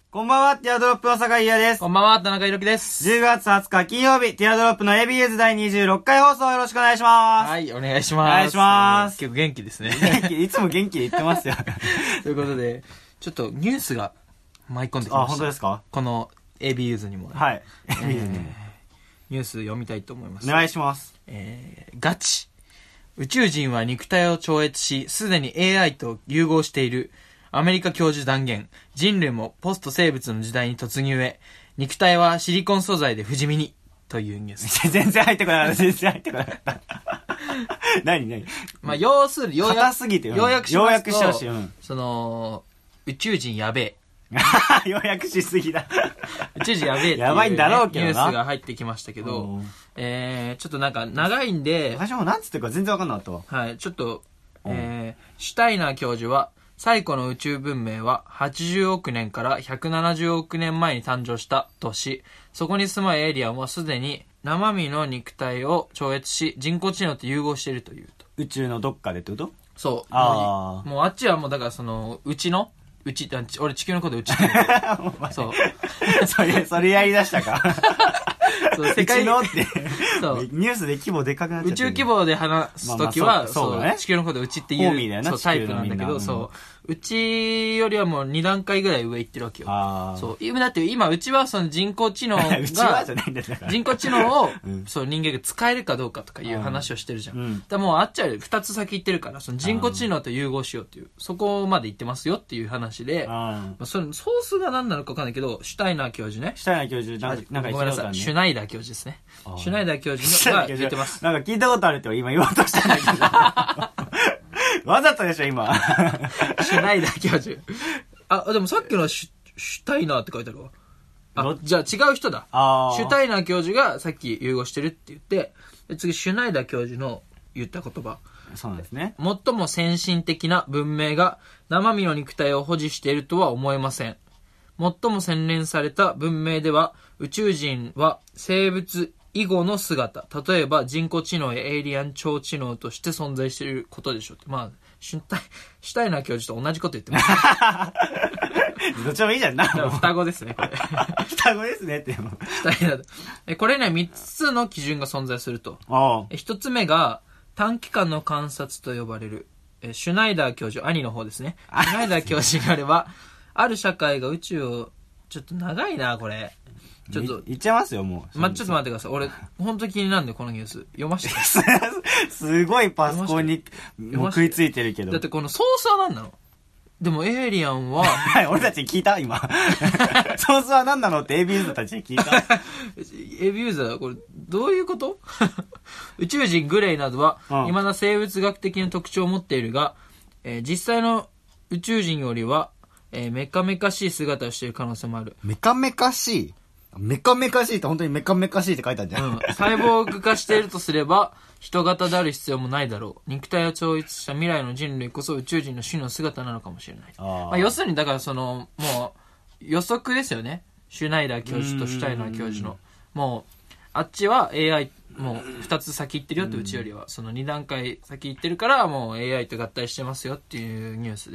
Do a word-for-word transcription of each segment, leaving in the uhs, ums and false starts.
こんばんは、ティアドロップの坂井優です。 こんばんは、田中裕樹です。 じゅうがつはつか金曜日、ティアドロップの エービーユーズ だいにじゅうろっかい放送よろしくお願いします。 はい、お願いします。 お願いします。 結構元気ですね。 元気、いつも元気で言ってますよ。 ということで、ちょっとニュースが舞い込んできました。 あ、本当ですか？ この エービーユーズ にも、ね。 はい。 えー、ニュース読みたいと思います。 お願いします。 えー、ガチ。宇宙人は肉体を超越し、すでに エーアイ と融合している。アメリカ教授断言。人類もポスト生物の時代に突入へ。肉体はシリコン素材で不死身に。というニュース。 全然入ってこなかった。全然入ってこなかった。何何まあ、要するに、 ようやく、硬すぎて、 ようやくしますと、 ようやくしてほしい。うん、 その、宇宙人やべえ。 ようやくしすぎだ。 宇宙人やべえっていう、ね、 やばいんだろうけどな。 ニュースが入ってきましたけど、えー、ちょっとなんか長いんで、 私も何つってるか全然わかんなかったわ。 はい、ちょっと、えー、シュタイナー教授は、最古の宇宙文明ははちじゅうおくねんからひゃくななじゅうおくねんまえに誕生したとし、そこに住むエイリアンはすでに生身の肉体を超越し、人工知能と融合しているというと。 宇宙のどっかでってこと？ そう。 あもう、もうあっちはもうだからその、うちのうち、俺地球のことうちってそう。 それ、それやりだしたか。そう、世界のって。そう。ニュースで規模でかくなっちゃって。 宇宙規模で話すときは、まあまあそう、そう、そう、地球のことうちっていう、そう、タイプなんだけど、そう。うちよりはもうにだんかいぐらい上行ってるわけよ。あそう。今だって今うちはその人工知能が、 うちはじゃないんだから。 人工知能を、うん、そう人間が使えるかどうかとかいう話をしてるじゃん。うん、だもうあっちはふたつ先行ってるから、その人工知能と融合しようっていう、そこまで行ってますよっていう話で、まあ、そのソースが何なのか分かんないけど、シュタイナー教授ね。 シュタイナー教授、なんかごめんなさい、シュナイダー教授ですね。シュナイダー教授が言ってます。 なんか聞いたことあるって今言おうとしたんだけど。わざとでしょ今。 シュナイダー教授。あ、でもさっきのシュ、シュタイナーって書いてあるわ。あ、じゃあ違う人だ。シュタイナー教授がさっき融合してるって言って、次シュナイダー教授の言った言葉。 そうなんですね。 最も先進的な文明が生身の肉体を保持しているとは思えません。最も洗練された文明では宇宙人は生物以後の姿、例えば人工知能やエイリアン超知能として存在していることでしょうって。まあ、シュタイ、シュタイナー教授と同じこと言ってます。 どっちもいいじゃんな。 双子ですね、これ。 双子ですねって。シュタイナー。これね、みっつの基準が存在すると。ひとつめが短期間の観察と呼ばれる。シュナイダー教授、兄の方ですね。シュナイダー教授があれば、ある社会が宇宙を、ちょっと長いな、これ。ちょっと。 言っちゃいますよ、もう。 ま、ちょっと待ってください。俺、ほんと気になるんで、このニュース。読まして。 すごいパソコンに食いついてるけど。 だってこのソースは何なの？でも、エイリアンは。 はい、俺たちに聞いた今。ソースは何なのって エービーユーザーたちに聞いた。 エービーユーザー、これ、どういうこと宇宙人グレイなどは、うん、未だ生物学的な特徴を持っているが、えー、実際の宇宙人よりは、えー、メカメカしい姿をしている可能性もある。 メカメカしいメカメカしいって本当にメカメカしいって書いてあるじゃん。うん。 サイボーグ化しているとすれば、人型である必要もないだろう。肉体を超越した未来の人類こそ宇宙人の真の姿なのかもしれない。あまあ、要するに、だからその、もう、予測ですよね。シュナイダー教授とシュタイナー教授の。もう、あっちは エーアイ、もうふたつ先行ってるよってうちよりは、そのにだんかい先行ってるから、もう エーアイ と合体してますよっていうニュースです。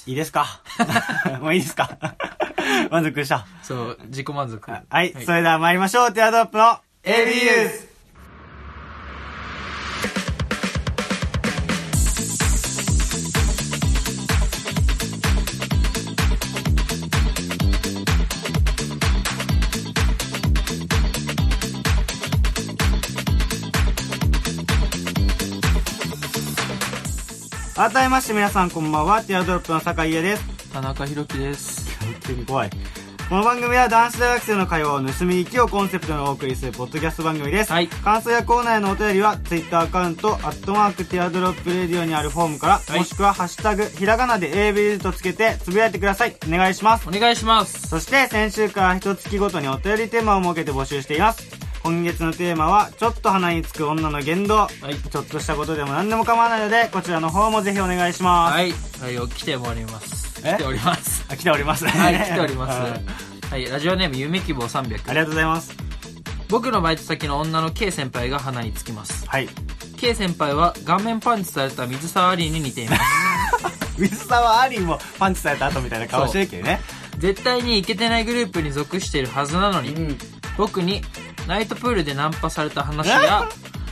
いいですかもういいですか満足した。 そう、自己満足。 はい、はい、それでは参りましょう。ティアドロップの エービーユーズ。改めまして皆さんこんばんは。ティアドロップの坂井優です。 田中裕樹です。 本当に怖い。この番組は男子大学生の会話を盗み聞きをコンセプトにお送りするポッドキャスト番組です。はい、感想やコーナーへのお便りはツイッターアカウントアットマークティアドロップレディオにあるフォームから、はい、もしくはハッシュタグひらがなで エービーユーズ とつけてつぶやいてください。お願いします。 お願いします。 そして先週から一月ごとにお便りテーマを設けて募集しています。今月のテーマはちょっと鼻につく女の言動、はい、ちょっとしたことでも何でも構わないのでこちらの方もぜひお願いします。 はい、はい、来ております来ておりますあ来ておりますはい来ておりますはい、ラジオネーム夢希望さんびゃく。 ありがとうございます。 僕のバイト先の女の K 先輩が鼻につきます。 はい。 K 先輩は顔面パンチされた水沢アリーに似ています水沢アリーもパンチされた後みたいな顔してるけどね。 絶対にイケてないグループに属しているはずなのに、うん、僕にナイトプールでナンパされた話や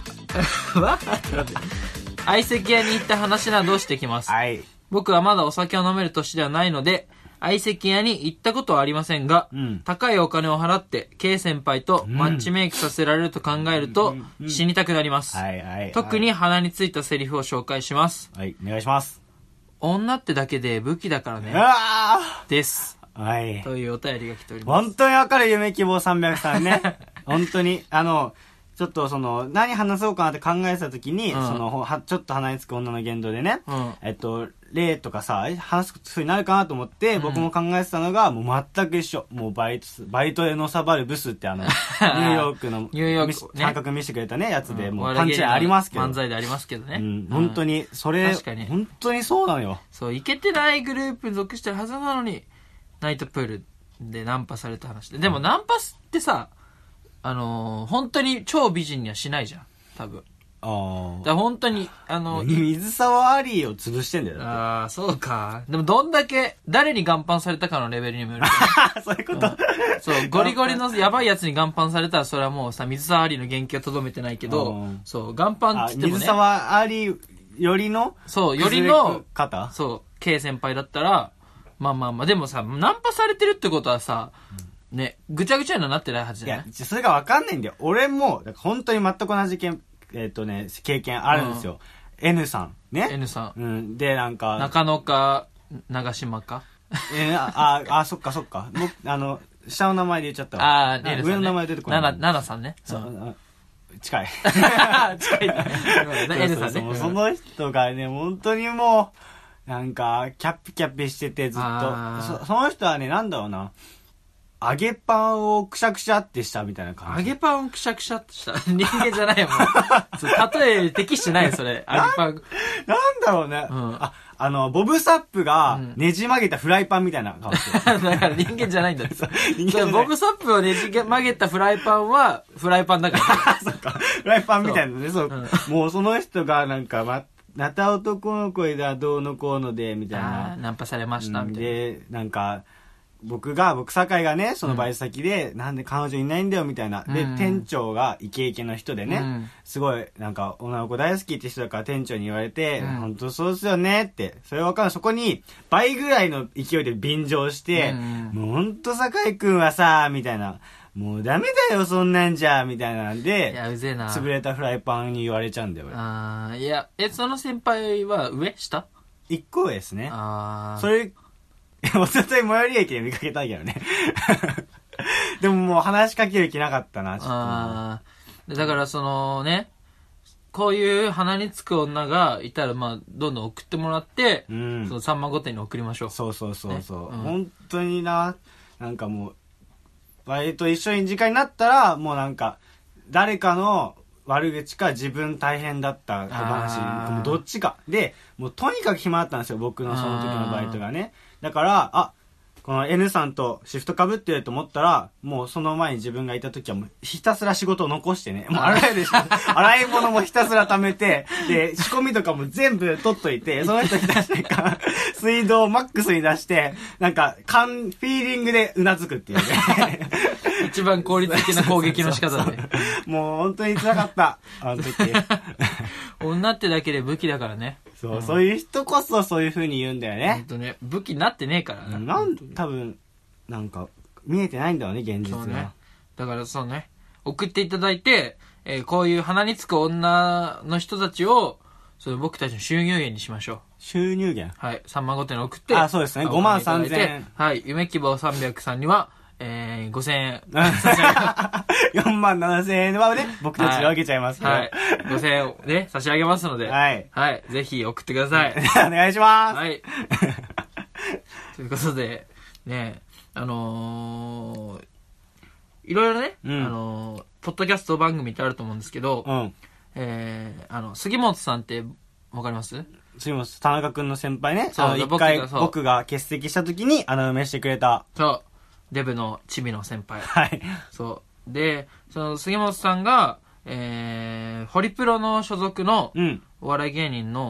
相席屋に行った話などをしてきます、はい、僕はまだお酒を飲める年ではないので相席屋に行ったことはありませんが、うん、高いお金を払って K 先輩とマッチメイクさせられると考えると死にたくなります、はいはいはい、特に鼻についたセリフを紹介します。 はい、お願いします。 女ってだけで武器だからねです、はい、というお便りが来ております。 本当にわかる夢希望さんびゃくさんね本当にあのちょっとその何話そうかなって考えてた時に、うん、そのはちょっと鼻につく女の言動でね、うん、えっと例とかさ話す風になるかなと思って、うん、僕も考えてたのがもう全く一緒。もうバイトバイトでのさばるブスってあのニューヨークのニューヨーク、ね、 感覚見せてくれたねやつで、うん、もうパンチありますけど漫才でありますけどね、 うん、本当にそれ確かに本当にそうなのよ。 そうイケてないグループに属してるはずなのにナイトプールでナンパされた話で、でもナンパってさあのー、本当に超美人にはしないじゃん多分。ああ。だから本当にあの水沢アリーを潰してんだよ。 ああそうか。でもどんだけ誰にガンパンされたかのレベルにもよるそういうこと、うん、 そうゴリゴリのやばいやつにガンパンされたらそれはもうさ水沢アリーの原型をとどめてないけど、そうガンパンって言ってもね水沢アリーよりのそうよりの方そう K 先輩だったらまあまあまあでもさナンパされてるってことはさ、うんね、ぐちゃぐちゃにはなってないはずじゃない？いや、 それがわかんないんだよ。俺も、本当に全く同じけん、えっ、ー、とね、経験あるんですよ。うん、N さん。ね。 N さん。うん。で、なんか。 中野か、長島か。 えー、あ、あ、あ、そっかそっか。僕、あの、下の名前で言っちゃったわ。 ああ、N さん、ね。 上の名前出てこない。 なな、ななさんね。 そう。うん、近い。 近いね。N さんね。 その人がね、本当にもう、なんか、キャッピキャッピしててずっと。そ, その人はね、なんだろうな。揚げパンをくしゃくしゃってしたみたいな感じ。揚げパンをくしゃくしゃってした人間じゃないもん。例え適してないよ、それ。揚げパン。 なんだろうね。うん、あ、あの、ボブサップがねじ曲げたフライパンみたいな顔してる。 だから人間じゃないんだよ。ボブサップをねじ曲げたフライパンは、フライパンだから。 そっか。フライパンみたいなね。そう。うん、もうその人がなんか、ま、なた男の声だ、どうのこうので、みたいな。 ナンパされました、みたいな。 で、なんか、僕が、僕、酒井がね、そのバイト先で、うん、なんで彼女いないんだよ、みたいな。で、うん、店長がイケイケの人でね、うん、すごい、なんか、女の子大好きって人だから店長に言われて、うん、本当そうですよねって、それわかんない。そこに、倍ぐらいの勢いで便乗して、うん、もう本当酒井くんはさ、みたいな、もうダメだよ、そんなんじゃ、みたいなんで、 いや、うぜえな。 潰れたフライパンに言われちゃうんだよ、俺。 あー、いや、え、その先輩は上下一個上ですね。あー。それ、おととい最寄り駅で見かけたけどねでももう話しかける気なかったなちょっと。あだからそのねこういう鼻につく女がいたらまあどんどん送ってもらって、うん、そのさんま御殿に送りましょう。 そうそうそうそう、ねうん、本当にななんかもうバイト一緒に時間になったらもうなんか誰かの悪口か自分大変だった小話もうどっちかでもうとにかく暇だったんですよ僕のその時のバイトがね。だからあこの N さんとシフト被ってると思ったらもうその前に自分がいた時はもうひたすら仕事を残してねもう洗いでしょ洗い物もひたすら貯めてで仕込みとかも全部取っといてその人に出してか水道をマックスに出してなんかカンフィーリングでうなずくっていうね一番効率的な攻撃の仕方でもう本当に辛かったあの時女ってだけで武器だからね。 そう、うん、そういう人こそそういう風に言うんだよね。 本当ね、武器になってねえからね。 なん多分なんか見えてないんだろうね現実が。ね、 だからそうね、送っていただいて、えー、こういう鼻につく女の人たちをそれ僕たちの収入源にしましょう。 収入源。 はい、さんまん御殿に送って。 あ、そうですね。ごまんさんぜんえん。 はい、夢希望さんびゃくさんには。えー、ごせんえんよんまんななせんえんはね僕たちで分けちゃいますけど、はいはい、 ごせんえんをね差し上げますので、はい、はい、ぜひ送ってくださいお願いします、 はい、ということでねあのー、いろいろね、うん、あのー、ポッドキャスト番組ってあると思うんですけど、うん、えー、あの杉本さんってわかります？ 杉本田中くんの先輩ね。そう一回僕が欠席した時に穴埋めしてくれた。 そうデブのチビの先輩。 はい。 そう。で、その杉本さんが、えー、ホリプロの所属のお笑い芸人の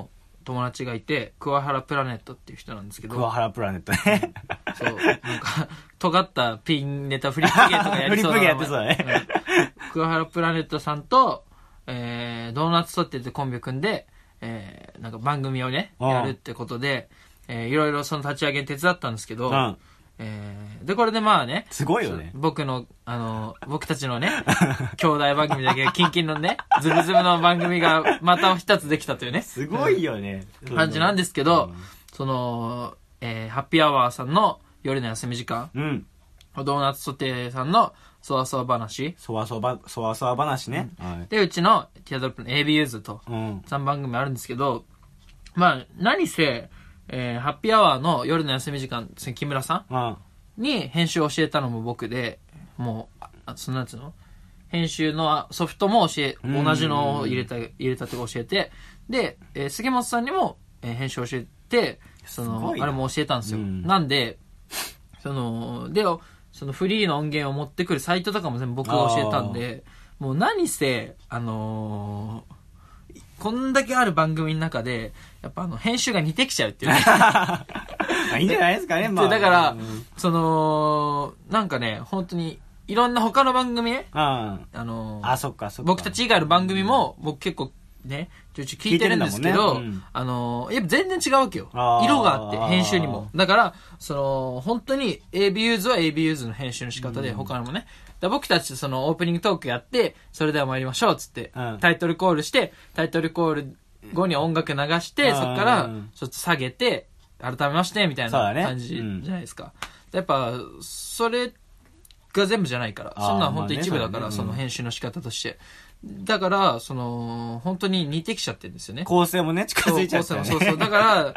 友達がいて、桑原プラネットっていう人なんですけど。 桑原プラネットね。 そう。なんか、尖ったピンネタフリップゲーとかやりそうな。 フリップゲーやってそうだね。 うん、桑原プラネットさんと、えー、ドーナツソテーってコンビを組んで、えー、なんか番組をね、やるってことで、えー、いろいろその立ち上げに手伝ったんですけど、うん、えー、で、これでまあね、 すごいよね。 僕の、あの、僕たちのね、兄弟番組だけ、キンキンのね、ズブズブの番組がまた一つできたというね。 すごいよね。 感じなんですけど、うん、その、えー、ハッピーアワーさんの夜の休み時間、うん、ドーナツソテーさんのそわそわ話、 そわそわ、そわそわ話ね。 うんはい、で、うちのティアドロップの エービーユーズ と、さんばん組あるんですけど、まあ、何せ、えー、ハッピーアワーの夜の休み時間、木村さんに編集を教えたのも僕で、もう、あそのやつの編集のソフトも教え、同じのを入れた、入れたって教えて、で、えー、杉本さんにも、えー、編集を教えて、その、あれも教えたんですよ。なんで、その、で、そのフリーの音源を持ってくるサイトとかも全部僕が教えたんで、もう何せ、あのー、こんだけある番組の中で、やっぱあの、編集が似てきちゃうっていうね。 いいんじゃないですかね、まあ。 だから、うん、その、なんかね、本当に、いろんな他の番組ね、あのー、 あ、そっか、そっか。 僕たち以外の番組も、僕結構ね、ちょいちょい聞いてるんですけど、ねうん、あのー、やっぱ全然違うわけよ。色があって、編集にも。だから、その、本当に エービーユーズ は エービーユーズ の編集の仕方で、うん、他のもね、僕たちそのオープニングトークやって、それでは参りましょうっつって、うん、タイトルコールして、タイトルコール後に音楽流して、うん、そこからちょっと下げて、改めましてみたいな感じじゃないですか。ねうん、やっぱ、それが全部じゃないから、そんな本当一部だから、その編集の仕方として。だから、その、本当に似てきちゃってるんですよね。 構成もね、近づいちゃって、ね。 そうそうそう。だから、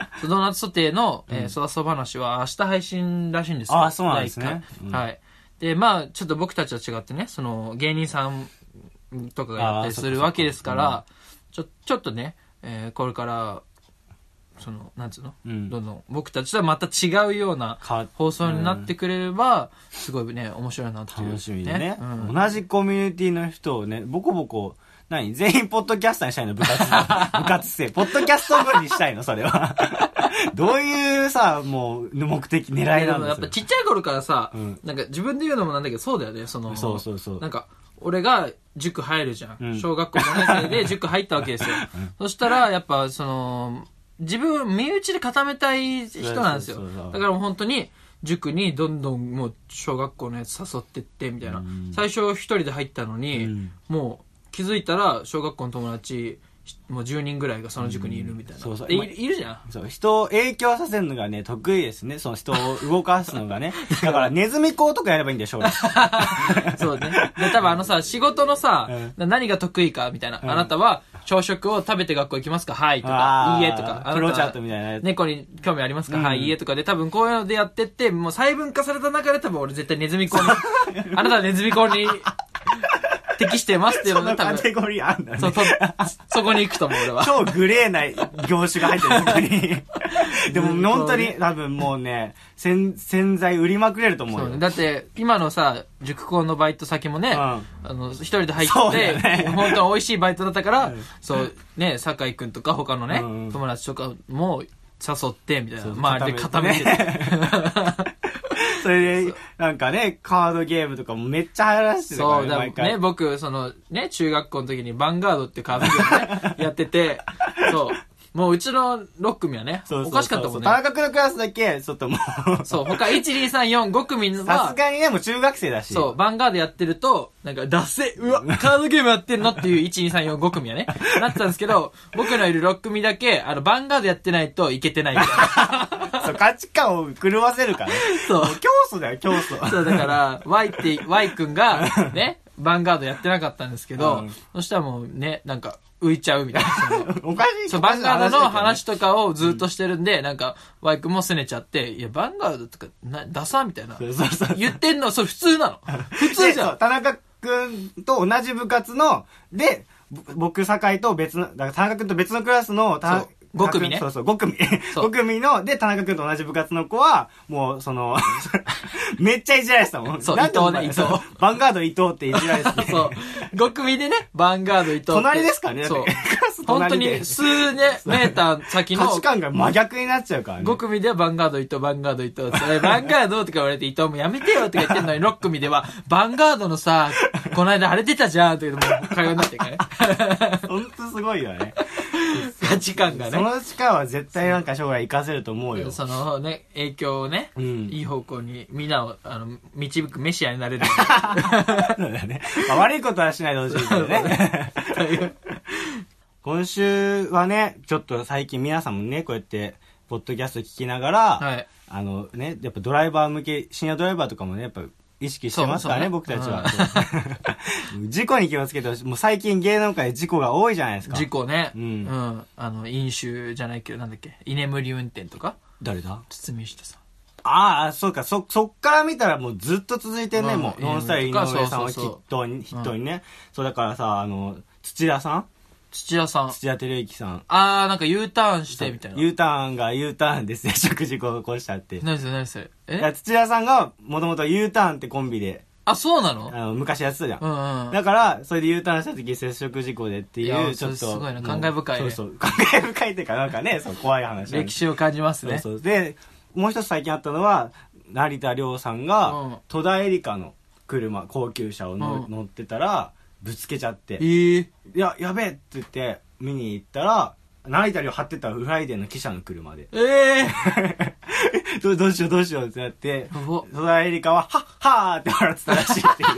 ドーナツソテーの、えー、そわそわ話は明日配信らしいんですよ。 ああ、そうなんですね。 うん、はい。で、まあ、ちょっと僕たちは違ってね、その、芸人さんとかがやったりするわけですから、ちょ、ちょっとね、えー、これから、その、なんつうの、うん、どんどん僕たちとはまた違うような放送になってくれれば、すごいね、面白いなっていう、ね。 楽しみでね、うん。同じコミュニティの人をね、ボコボコ、何全員ポッドキャスターにしたいの部活。部活生。ポッドキャスト部にしたいのそれは。どういうさ、もう、目的、狙いなんですよ。 やっぱちっちゃい頃からさ、うん、なんか自分で言うのもなんだけど、そうだよね、その。 そうそうそう。 なんか、俺が塾入るじゃん。うん、小学校ごねん生で塾入ったわけですよ。うん、そしたら、やっぱその、自分、身内で固めたい人なんですよ。だからもう本当に、塾にどんどんもう小学校のやつ誘ってって、みたいな。うん、最初一人で入ったのに、うん、もう気づいたら小学校の友達、もうじゅうにんぐらいがその塾にいるみたいな。うん、そうそう。い, いるじゃん。 そう。人を影響させるのがね、得意ですね。その人を動かすのがね。だから、ネズミ講とかやればいいんでしょう。 そうね。で、多分あのさ、仕事のさ、うん、何が得意かみたいな。うん、あなたは、朝食を食べて学校行きますかはいとか、いいえとか。 プロチャートみたいなやつ。 猫に興味ありますか、うん、はい、いいえとかで、多分こういうのでやってって、もう細分化された中で多分俺絶対ネズミ講に、あなたはネズミ講に、適してますっていうのが多分。 そのカテゴリーあんだね。 そう、そこに行くと思う俺は。 超グレーな業種が入ってる、そこに。でも本当に多分もうね、洗、洗剤売りまくれると思うよ。そうね。 だって、今のさ、塾校のバイト先もね、うん、あの、一人で入って、ね、本当に美味しいバイトだったから、うん、そう、ね、酒井くんとか他のね、うん、友達とかも誘って、みたいな。周りで固めて。 それで、なんかね、カードゲームとかもめっちゃ流行らせてるからね、 そう、だからね、僕、その、ね、中学校の時にヴァンガードっていうカードゲームね、やってて、そう、もううちのろっ組はね、そうそうそうそうおかしかったもんね。 田中君のクラスだけ、ちょっともう。 そう、他いち、に、さん、よん、ご組は。 さすがにね、もう中学生だし。 そう、ヴァンガードやってると、なんか、脱せ、うわ、カードゲームやってんのっていういち、に、さん、よん、ご組はね、なってたんですけど、僕のいるろっ組だけ、あの、ヴァンガードやってないといけてないみたいな。 そう、価値観を狂わせるからね。そう。競争だよ、競争。 そう、だから、Y って、Y 君が、ね、ヴァンガードやってなかったんですけど、うん、そしたらもうね、なんか、浮いちゃうみたいな。 おかしい。 そう、ヴァンガードの話とかをずっとしてるんで、うん、なんか、ワイ君も拗ねちゃって、いや、ヴァンガードとか、な、ダサみたいな。そうそうそう。言ってんの、それ普通なの。普通じゃん。 田中くんと同じ部活の、で、僕、酒井と別の、だから田中くんと別のクラスの、 ご組ね。 そうそう、ご組。ご組の、で、田中君と同じ部活の子は、もう、その、めっちゃいじられてたもん。 そう、伊藤ね、伊藤。ヴァンガード伊藤っていじられてて。 そう。ご組でね、ヴァンガード伊藤。 隣ですからね、 そう。本当に数ね、メーター先の。 価値観が真逆になっちゃうからね。 ご組ではヴァンガード伊藤、ヴァンガード伊藤って。ヴァンガードとか言われて伊藤もやめてよって言ってんのに、ろっ組では、ヴァンガードのさ、この間あれ出たじゃんって言うともう会話になってるからね。 ほんとすごいよね。 価値観がね。 その力は絶対なんか将来活かせると思うよ。 そのね、影響をね、うん、いい方向にみんなをあの導くメシアになれる。 そうだね。まあ、悪いことはしないでほしいけどね。今週はね、ちょっと最近皆さんもね、こうやって、ポッドキャスト聞きながら、はい、あのね、やっぱドライバー向け、深夜ドライバーとかもね、やっぱ意識してますからね、僕たちは。事故に気をつけてほしい。もう最近芸能界で事故が多いじゃないですか。 事故ね。うん。うん。あの、飲酒じゃないけど、なんだっけ、居眠り運転とか。 誰だ？ 堤下さん。 ああ、そうか、そ、そっから見たらもうずっと続いてんね、うん、もう。ノンスタイル井上さんを筆頭に、筆頭にね。そうだからさ、あの、土田さん土屋さん。 土屋照之さん。 あー、なんか U ターンしてみたいな。 U ターンが U ターンですね。食事故を起こしたって。 何それ何それえ土屋さんがもともと U ターンってコンビで。 あ、そうなの？ あの、昔やってたじゃん。 うんうん。 だから、それで U ターンした時接触事故でっていう、ちょっと。 すごいな、感慨深いね。 そうそう。感慨深いっていうか、なんかね、そう、怖い話。 歴史を感じますね。 そうそう。で、もう一つ最近あったのは、成田凌さんが、うん、戸田恵梨香の車、高級車をの、うん、乗ってたら、ぶつけちゃって。 えー、 いや、やべえって言って、見に行ったら、成田凌張ってたフライデーの記者の車で。 ええー、ど, どうしようどうしようってなって、戸田恵梨香は、はっはーって笑ってたらしいっていう。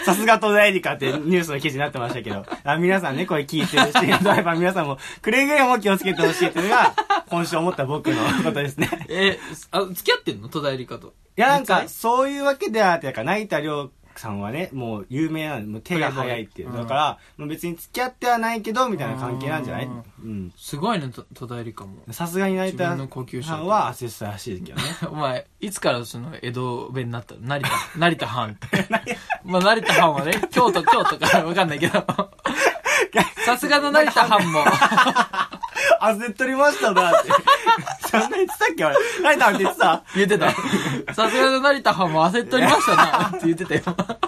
さすが戸田恵梨香ってニュースの記事になってましたけど、あ皆さんね、これ聞いてるし、ドライバー皆さんも、くれぐれも気をつけてほしいっていうのが、今週思った僕のことですね。 えー、あ、付き合ってんの戸田恵梨香と。 いや、なんか、そういうわけでは、てか、成田凌さんはね、もう有名なの、もう手が早いっていう。だから、もう別に付き合ってはないけど、みたいな関係なんじゃない？うん。 すごいね、戸田恵梨香も。 さすがに成田さんはアシストらしいけどね。 お前、いつからその江戸弁になったの？成田、成田藩って。まあ、成田藩はね、京都、京都かわかんないけど。さすがの成田藩も。 焦っとりましたなって。そんな言ってたっけ俺。成田藩って言ってた？ 言ってた。さすがの成田藩も焦っとりましたなって言ってたよ。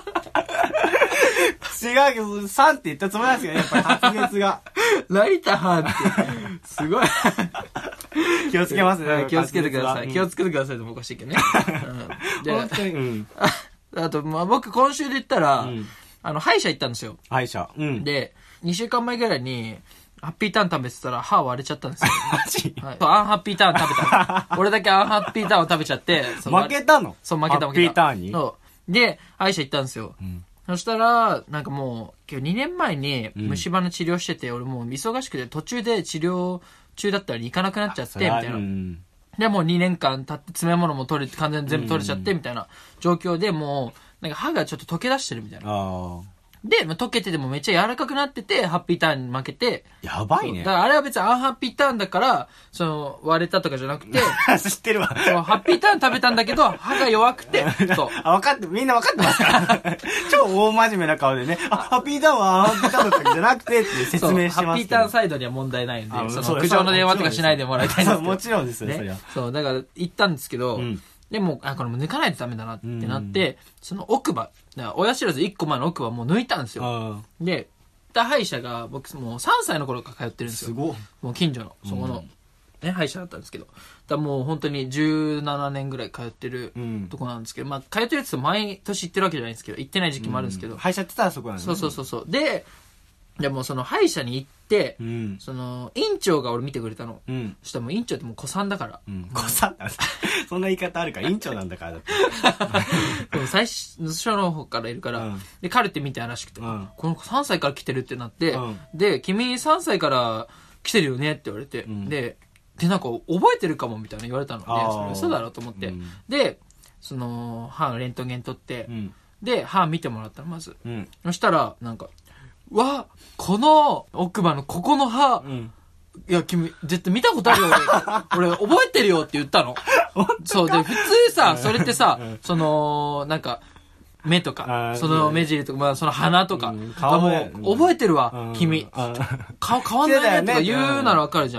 違うけど、さんって言ったつもりなんですけどね、やっぱり発熱が。 成田藩って、すごい。 気をつけますね。 気をつけてください。気をつけてくださいともおかしいけどね。で、本当に。うん、あと、まあ、僕今週で言ったら、うん、あの、歯医者行ったんですよ。 歯医者。うん。 で、にしゅうかんまえぐらいに、ハッピーターン食べてたら歯割れちゃったんですよ。 マジ？ はい。アンハッピーターン食べた。俺だけアンハッピーターンを食べちゃって。 負けたの？ そう、負けた負けた。 ハッピーターンに？ そう。で、歯医者行ったんですよ。うん、そしたら、なんかもう、今日にねんまえに虫歯の治療してて、うん、俺もう忙しくて途中で治療中だったら行かなくなっちゃって、みたいな。うん、で、もうにねんかん経って詰め物も取れて、完全に全部取れちゃって、みたいな状況でもう、なんか歯がちょっと溶け出してるみたいな。 あで、まあ、溶けててもめっちゃ柔らかくなってて、ハッピーターンに負けて。 やばいね。 だからあれは別にアンハッピーターンだから、その、割れたとかじゃなくて。 知ってるわ。 ハッピーターン食べたんだけど、歯が弱くて。そう。 あ、分かって、みんな分かってますから超大真面目な顔でね、あ、ハッピーターンはハッピーターンだったじゃなくてって説明してますけど。 ハッピーターンサイドには問題ないんで、その、苦情の電話とかしないでもらいたいんですけど。 もちろんですよ、 ね、 そりゃ。 そう、だから行ったんですけど、うんでも、あ、これもう抜かないとダメだなってなって、うん、その奥歯、親知らずいっこまえの奥歯もう抜いたんですよ。で、歯医者が僕もうさんさいの頃から通ってるんですよ。 すごい。 もう近所の、そこの、ね、歯医者だったんですけど。だもう本当にじゅうななねんぐらい通ってるとこなんですけど、うん、まあ通ってるやつと毎年行ってるわけじゃないんですけど、行ってない時期もあるんですけど。うん、 歯医者って言ったらそこなんですね。そうそうそう。で、でもその歯医者に行って、うん、その院長が俺見てくれたの、うん、そしたらもう院長ってもう子さんだから、 うん、子さんそんな言い方あるから院長なんだからだってでも最初の方からいるから、うん、で彼って見てらしくて、うん、この子さんさいから来てるってなって、うん、で君さんさいから来てるよねって言われて、うん、ででなんか覚えてるかもみたいな言われたので、それ嘘だろうと思って、うん、でその歯のレントゲン取って、うん、で歯見てもらったのまず、うん、そしたらなんかわ、この奥歯のここの歯、うん、いや、君、絶対見たことあるよ、俺。俺、覚えてるよって言ったの。そう、で、普通さ、それってさ、その、なんか、目とか、その目尻とか、まあ、その鼻とか、うん、顔もう、覚えてるわ、うん、君。顔変わんないねとか言うならわかるじゃん。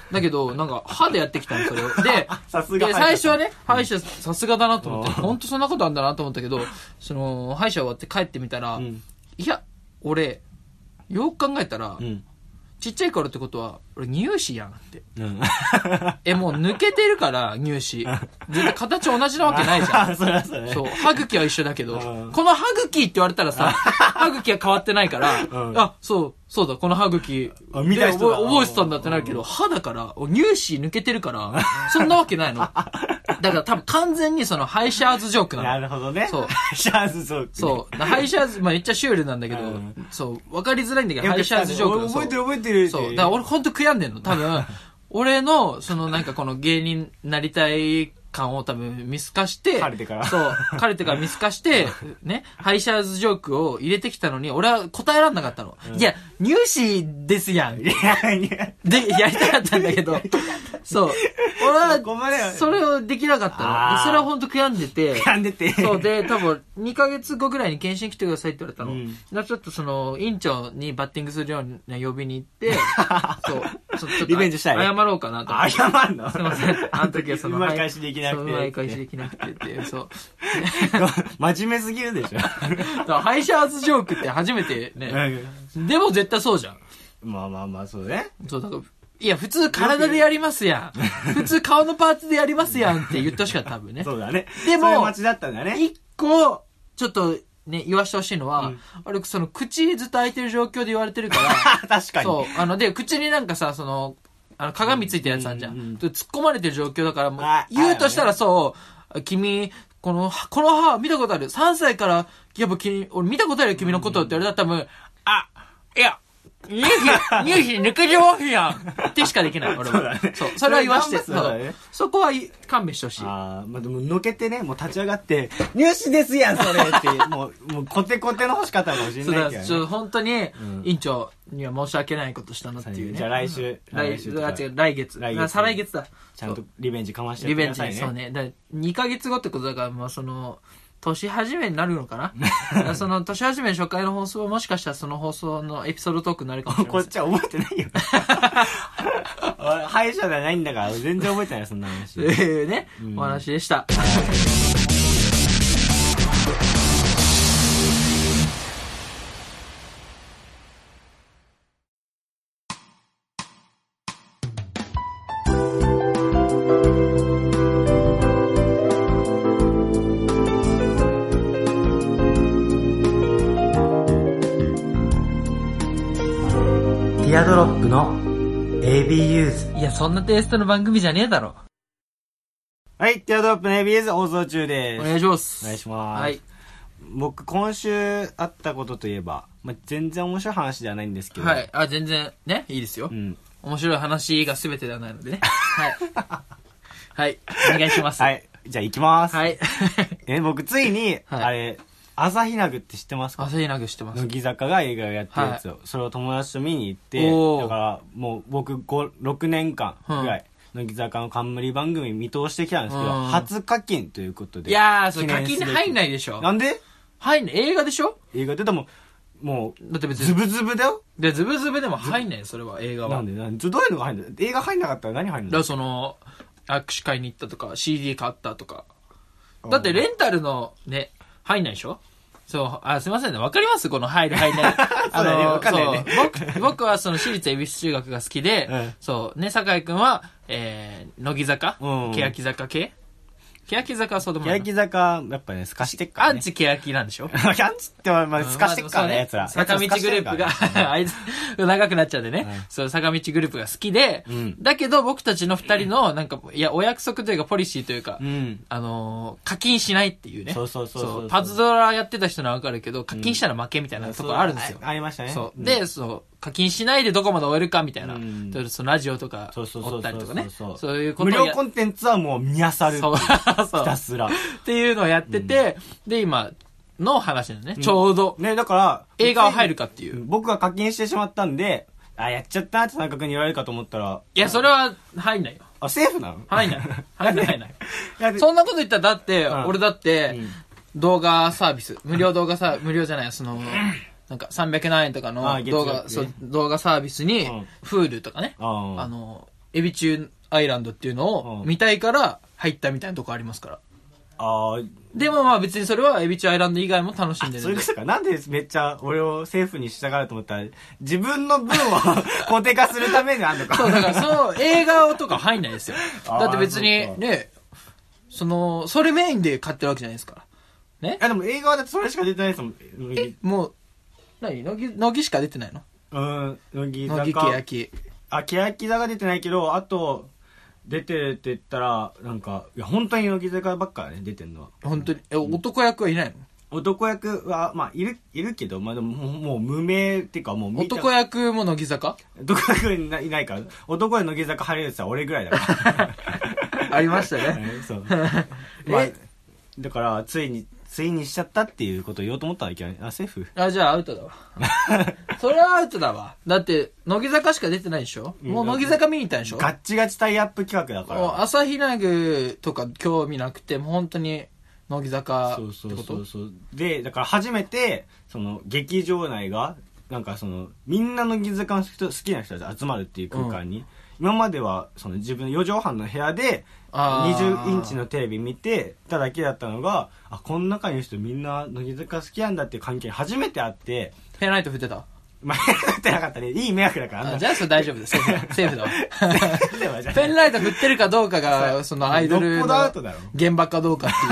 だけど、なんか、歯でやってきたの、それを。で、 さすがで最初はね、歯医者さすがだなと思って、ほんとそんなことあんだなと思ったけど、その、歯医者終わって帰ってみたら、うん、いや、俺、よく考えたら、うん、ちっちゃい頃ってことは、俺乳歯やんって。うん、え、もう抜けてるから、乳歯。絶対形同じなわけないじゃん。そりゃそうね。そう。歯茎は一緒だけど、うん、この歯茎って言われたらさ、歯茎は変わってないから、うん、あ、そう、そうだ、この歯茎。あ、見た人だ。覚えてたんだってなるけど、歯だから、乳歯抜けてるから、そんなわけないの。だから多分完全にそのハイシャーズジョークなの。 なるほどね。 そう。 ハイシャーズジョーク、ね。 そう。ハイシャーズ、まあめっちゃシュールなんだけど、うん、そう。わかりづらいんだけど、ハイシャーズジョーク。 覚えてる覚えてる。 そう。だから俺ほんと悔やんでんの。多分、俺の、そのなんかこの芸人なりたい感を多分見透かして、 枯れてから。 そう。枯れてから見透かして、ね、ハイシャーズジョークを入れてきたのに、俺は答えらんなかったの。うん、いや、乳歯ですやん。いやいや。で、やりたかったんだけど、そう。俺は、それをできなかったの。でそれはほんと悔やんでて。 悔やんでて。 そう。で、多分、にかげつごぐらいに検診来てくださいって言われたの。うん、だちょっとその、院長にバッティングするような呼びに行って、そう。 ちょっとリベンジしたい。 謝ろうかなと思って。 謝んのすいません。あの時はその、 うまい返しできなくて。 うまい返しできなくてって、そう。 真面目すぎるでしょ。 ハイシャーズジョークって初めてね。でも絶対そうじゃん。 まあまあまあ、そうね。 そう、だから、いや、普通体でやりますやん。普通顔のパーツでやりますやんって言ってほしかった多分ね。 そうだね。 でも、 待ちだったんだね。 一個、ちょっと、ね、言わしてほしいのは、うん、俺、その、口ずっと開いてる状況で言われてるから。 確かに。 そう。あの、で、口になんかさ、その、あの、鏡ついてるやつあるじゃん。うんうんうん、突っ込まれてる状況だから、もう、言うとしたらそう、君、この、この歯見たことある ?さん 歳から、やっぱ君、俺見たことあるよ君のことって言われたら多分、あ、いや、乳歯、乳歯抜けてますやんってしかできない、俺は。そうだね。そう。それは言わして。そう。ね、そこは勘弁してほしい。 ああ、まあ、でも、のけてね、もう立ち上がって、乳歯ですやん、それって、もう、もう、コテコテの干し方かもしれないけど、ね。 そうだ、本当に、うん、院長には申し訳ないことしたなっていうね。 じゃあ来週。 来週。あ、違う、来月。来月。再来月だ。 ちゃんとリベンジかましてくださいね。 リベンジ、そうね。だにかげつごってことだから、まあ、その、年始めになるのかなその年始め初回の放送はもしかしたらその放送のエピソードトークになるかもしれない。 こっちは覚えてないよ。歯医者じゃないんだから全然覚えてないよ、そんな話。 ええね、うん、お話でした。 ティアドロップの エービー ユーズ。 いや、そんなテイストの番組じゃねえだろ。 はい、ティアドロップの エービー ユーズ放送中です。 お願いします。 お願いします。はい。僕、今週あったことといえば、まあ、全然面白い話ではないんですけど。 はい。あ、全然、ね、いいですよ。うん。面白い話が全てではないのでね。はい。はい。お願いします。 はい。じゃあ行きます。 はい。 え、僕、ついに、はい、あれ、朝日奈具って知ってますか？ 朝日奈具知ってます。 乃木坂が映画をやってるやつを、はい、それを友達と見に行って、だからもう僕ご、ろくねんかんぐらい、うん、乃木坂の冠番組見通してきたんですけど、うん、初課金ということで。 いやー、それ課金で入んないでしょ。 なんで入んない。映画でしょ？ 映画ででも、もう、 だって別に。 ズブズブだよ。 で、ズブズブでも入んないよ、それは、映画は。 なんでなんでどういうのが入んない？映画入んなかったら何入んの？ だからその、握手会に行ったとか、シーディー 買ったとか。だってレンタルのね、入んないでしょ？そう、あ、すいませんね。わかりますこの入る入る。 あの、ね、わかんないね。 僕、僕はその私立恵比寿中学が好きで、うん、そうね、酒井くんは、えー、乃木坂、うんうん、欅坂系欅坂はそうでもない。 欅坂、やっぱね、透かしてっから、ね。 アンチ欅なんでしょアンチってまあ、透かしてっからね、やつら。 坂道グループが、あいつ、長くなっちゃうんでね、うん。そう、坂道グループが好きで、うん、だけど僕たちの二人の、なんか、いや、お約束というか、ポリシーというか、うん、あのー、課金しないっていうね。 そうそうそうそうそう。 パズドラやってた人ならわかるけど、課金したら負けみたいなところあるんですよ。 うん、あ, ありましたね。 そう。で、そう、課金しないでどこまで終えるかみたいな。うん、そのラジオとか、おったりとかね。そういうことを。 無料コンテンツはもう見漁る。そう。そう。ひたすら。 っていうのをやってて、うん、で、今の話なのね、うん。ちょうど。 ね、だから、 映画は入るかっていう。 僕が課金してしまったんで、あ、やっちゃったって三角に言われるかと思ったら。 いや、それは入んないよ。 あ、セーフなの？ 入んない。入んない、入んない。そんなこと言ったら、だって、うん、俺だって、動画サービス、無料動画サービス、無料じゃない、その、なんかさんびゃくなんえんとかの動画、そう、動画サービスに、うん、Hulu とかね、あの、 エビ中アイランドっていうのを見たいから入ったみたいなとこありますから。 あでもまあ別にそれはエビ中アイランド以外も楽しんでるんで。 そういうことか。なんでめっちゃ俺を政府に従うと思ったら、自分の分を肯定化するためにあんのか。 そう、だからそう、映画とか入んないですよ。だって別にね、その、それメインで買ってるわけじゃないですから。ね。 あ、でも映画はだってそれしか出てないですもん。 え、もう、何乃木、乃木しか出てないの？ うん、乃木坂。 乃木欅。 あ、欅座が出てないけど、あと、出てるって言ったら、なんか、いや、本当に乃木坂ばっかね、出てんのは。 本当に。え、男役はいないの？ 男役は、まあ、いる、いるけど、まあでも、もう無名っていうか、もう見た。 男役も乃木坂？ 男役いないいないから、男で乃木坂入れるやつは俺ぐらいだから。 ありましたね。 そう。まあ、だから、ついに、ついにしちゃったっていうことを言おうと思ったらいけない。あ、セーフ？ あ、じゃあアウトだわ。それはアウトだわ。だって、乃木坂しか出てないでしょ？もう乃木坂見に行ったんでしょ？ ガッチガチタイアップ企画だから。 朝日奈具とか興味なくて、もう本当に乃木坂ってこと？ そうそうそうそう。で、だから初めて、その、劇場内が、なんかその、みんな乃木坂の人、好きな人たち集まるっていう空間に、うん、今までは、その自分のよ畳半の部屋で、にじゅうインチのテレビ見てただけだったのが、あ、この中にいる人みんな乃木坂好きなんだっていう関係に初めて会って、 ペンライト振ってた？ まあ、振ってなかったね。いい迷惑だから。 あ、じゃあそれ大丈夫です。セーフだわ。ペンライト振ってるかどうかが、そのアイドルの現場かどうかっていう、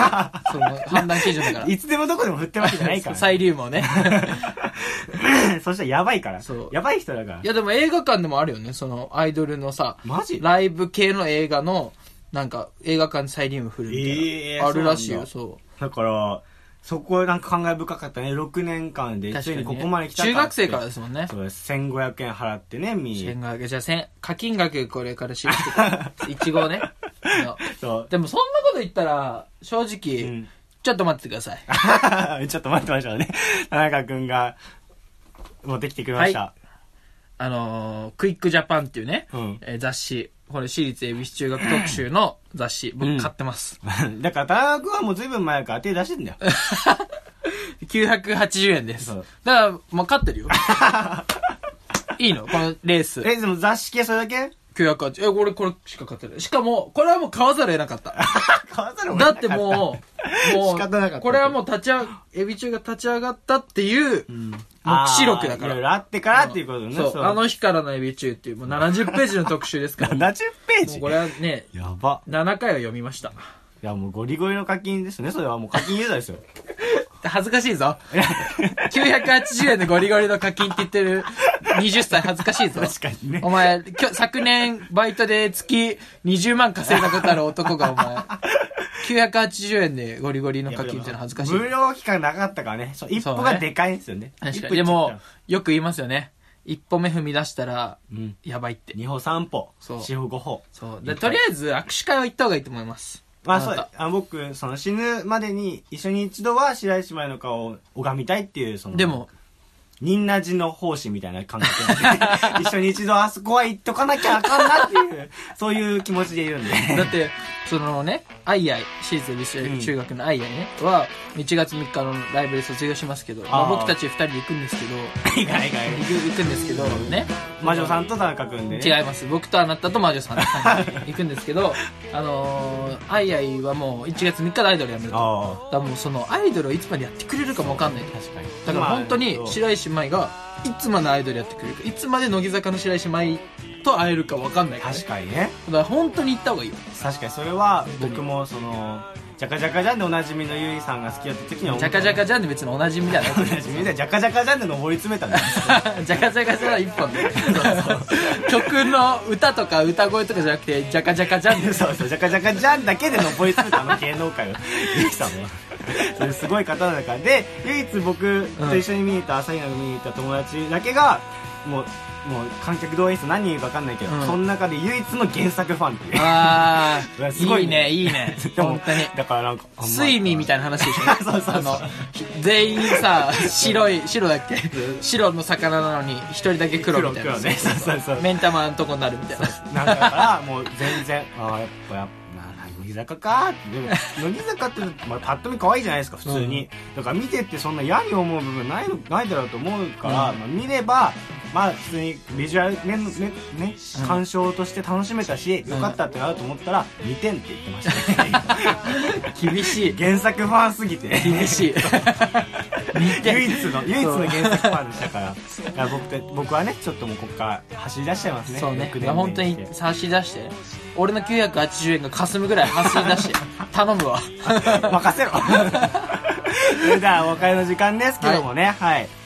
その判断基準だから。 いつでもどこでも振ってるわけじゃないから。 サイリウムをね。 そしたらやばいから。そう。やばい人だから。 いやでも映画館でもあるよね。そのアイドルのさ、 マジ？ ライブ系の映画の、なんか映画館でサイリウム振るみたいな。えー、あるらしいよ、そう。 だから、そこなんか感慨深かったね。ろくねんかんで、ついにここまで来たか、 ね、中学生からですもんね。 そうです。せんごひゃくえん払ってね、みせんごひゃくえん。じゃあ、課金額これから知ってた。一号ね。そう。でもそんなこと言ったら、正直、うん、ちょっと待ってください。ちょっと待ってましょうね。田中くんが持ってきてくれました。はい、 あのー、クイックジャパンっていうね、うん、えー、雑誌。これ私立恵比寿中学特集の雑誌、僕買ってます。 うん、だから田中君はもう随分前から手出してんだよ。 きゅうひゃくはちじゅうえんです。だから、まあ、買ってるよ。いいのこのレース。 え、でも雑誌系それだけ ? きゅうひゃくはちじゅうえん。え、俺これしか買ってない。しかも、これはもう買わざるを得なかった。 買わざるを得なかった。 だってもう、もう、仕方なかった。これはもう立ち上が、エビ中が立ち上がったっていう、うん目視録だから。 いろいろあってからっていうことね。 そう。そうあの日からのエビ中っていう、もうななじゅっページの特集ですから。 ななじゅっページもうこれはね、 やば。 ななかいは読みました。いや、もうゴリゴリの課金ですね。それはもう課金ユーザーですよ。 恥ずかしいぞ。きゅうひゃくはちじゅうえんでゴリゴリの課金って言ってるはたち恥ずかしいぞ。 確かにね。 お前、きょ昨年バイトで月にじゅうまん稼いだことある男がお前、きゅうひゃくはちじゅうえんでゴリゴリの課金ってのは恥ずかしい。 無料期間なかったからね。そう、一歩がでかいんですよね。 確かに。でも、よく言いますよね。一歩目踏み出したら、やばいって。 二歩三歩。 そう。 四歩五歩。 そう。で、とりあえず握手会は行った方がいいと思います。 まあそう、あ僕、その死ぬまでに一緒に一度は白石麻衣の顔を拝みたいっていう、その。 でも、 仁和寺の奉仕みたいな感覚で、一緒に一度あそこは行っとかなきゃあかんなっていう、そういう気持ちでいるんで。 だって、そのね、アイアイ、私立恵比寿中学のアイアイね、うん、は、いちがつみっかのライブで卒業しますけど、まあ、僕たちふたりで行くんですけど、 意外意外行くんですけど、ね。 魔女さんと田中くんでね。 違います。僕とあなたと魔女さんで行くんですけど、あのー、アイアイはもういちがつみっかでアイドルやめると。だからもうそのアイドルをいつまでやってくれるかもわかんない。 確かに。 だから本当に白石麻衣がいつまでアイドルやってくれるか、いつまで乃木坂の白石麻衣と会えるかわかんないから、ね。 確かにね。 だから本当に行った方がいいよ。 確かにそれは僕もその、ジャカジャカジャンでおなじみのゆいさんが好きだった時にはジャカジャカジャンで別におなじみだよおなじみでジャカジャカジャンで上り詰めたんですジャカジャカジャンは一本で曲の歌とか歌声とかじゃなくてジャカジャカジャンでそうそうジャカジャカジャンだけで上り詰めたあの芸能界をゆいさんはそれすごい方だからで唯一僕と一緒に見に行った朝日奈見に行った友達だけがもうもう観客動員数何人いるか分かんないけど、うん、その中で唯一の原作ファンっていうああすごいねいいね本当にだからなんか睡眠みたいな話でしょそうそうそうあの全員さ白い白だっけ白の魚なのに一人だけ黒みたいな黒黒ねそうそうそう目ん玉のとこになるみたいななんだからもう全然ああやっぱやっぱ乃木坂かってでも乃木坂って、まあ、パッと見可愛いじゃないですか普通に、うん、だから見てってそんな嫌に思う部分ないのないだろうと思うから、うんまあ、見ればまあ普通にビジュアルね、ねね、鑑賞として楽しめたし、うん、よかったってなると思ったらにてんって言ってましたね厳しい原作ファンすぎて厳しい唯一の唯一の原作ファンでしたからいや 僕, 僕はねちょっともうここから走り出しちゃいますね。 そうねいや本当に走り出して俺のきゅうひゃくはちじゅうえんが霞むぐらい走り出して頼むわ任せろそれではお別れの時間ですけどもねはい、はい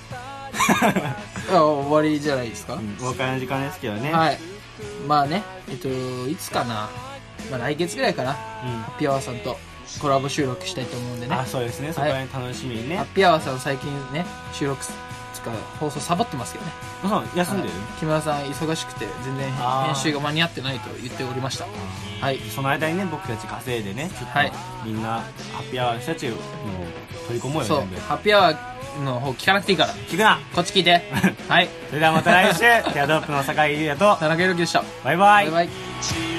終わりじゃないですか、うん、 お別れの時間ですけどねはいまあねえっといつかな、まあ、来月ぐらいかな、うん、ハッピーアワーさんとコラボ収録したいと思うんでねあそうですねそこら辺楽しみにね、 はい、ハッピーアワーさん最近ね収録つか放送サボってますけどねあ休んでる、 木村さん忙しくて全然編集が間に合ってないと言っておりました。はいその間にね僕たち稼いでねちょっと、はい、みんなハッピーアワーの人たちを取り込もうよ。 そうハッピーアワーの方聞かなくていいから聞くなこっち聞いてはいそれではまた来週ティアドロップの酒井優也と田中裕樹でした。 バイバイバイバイ。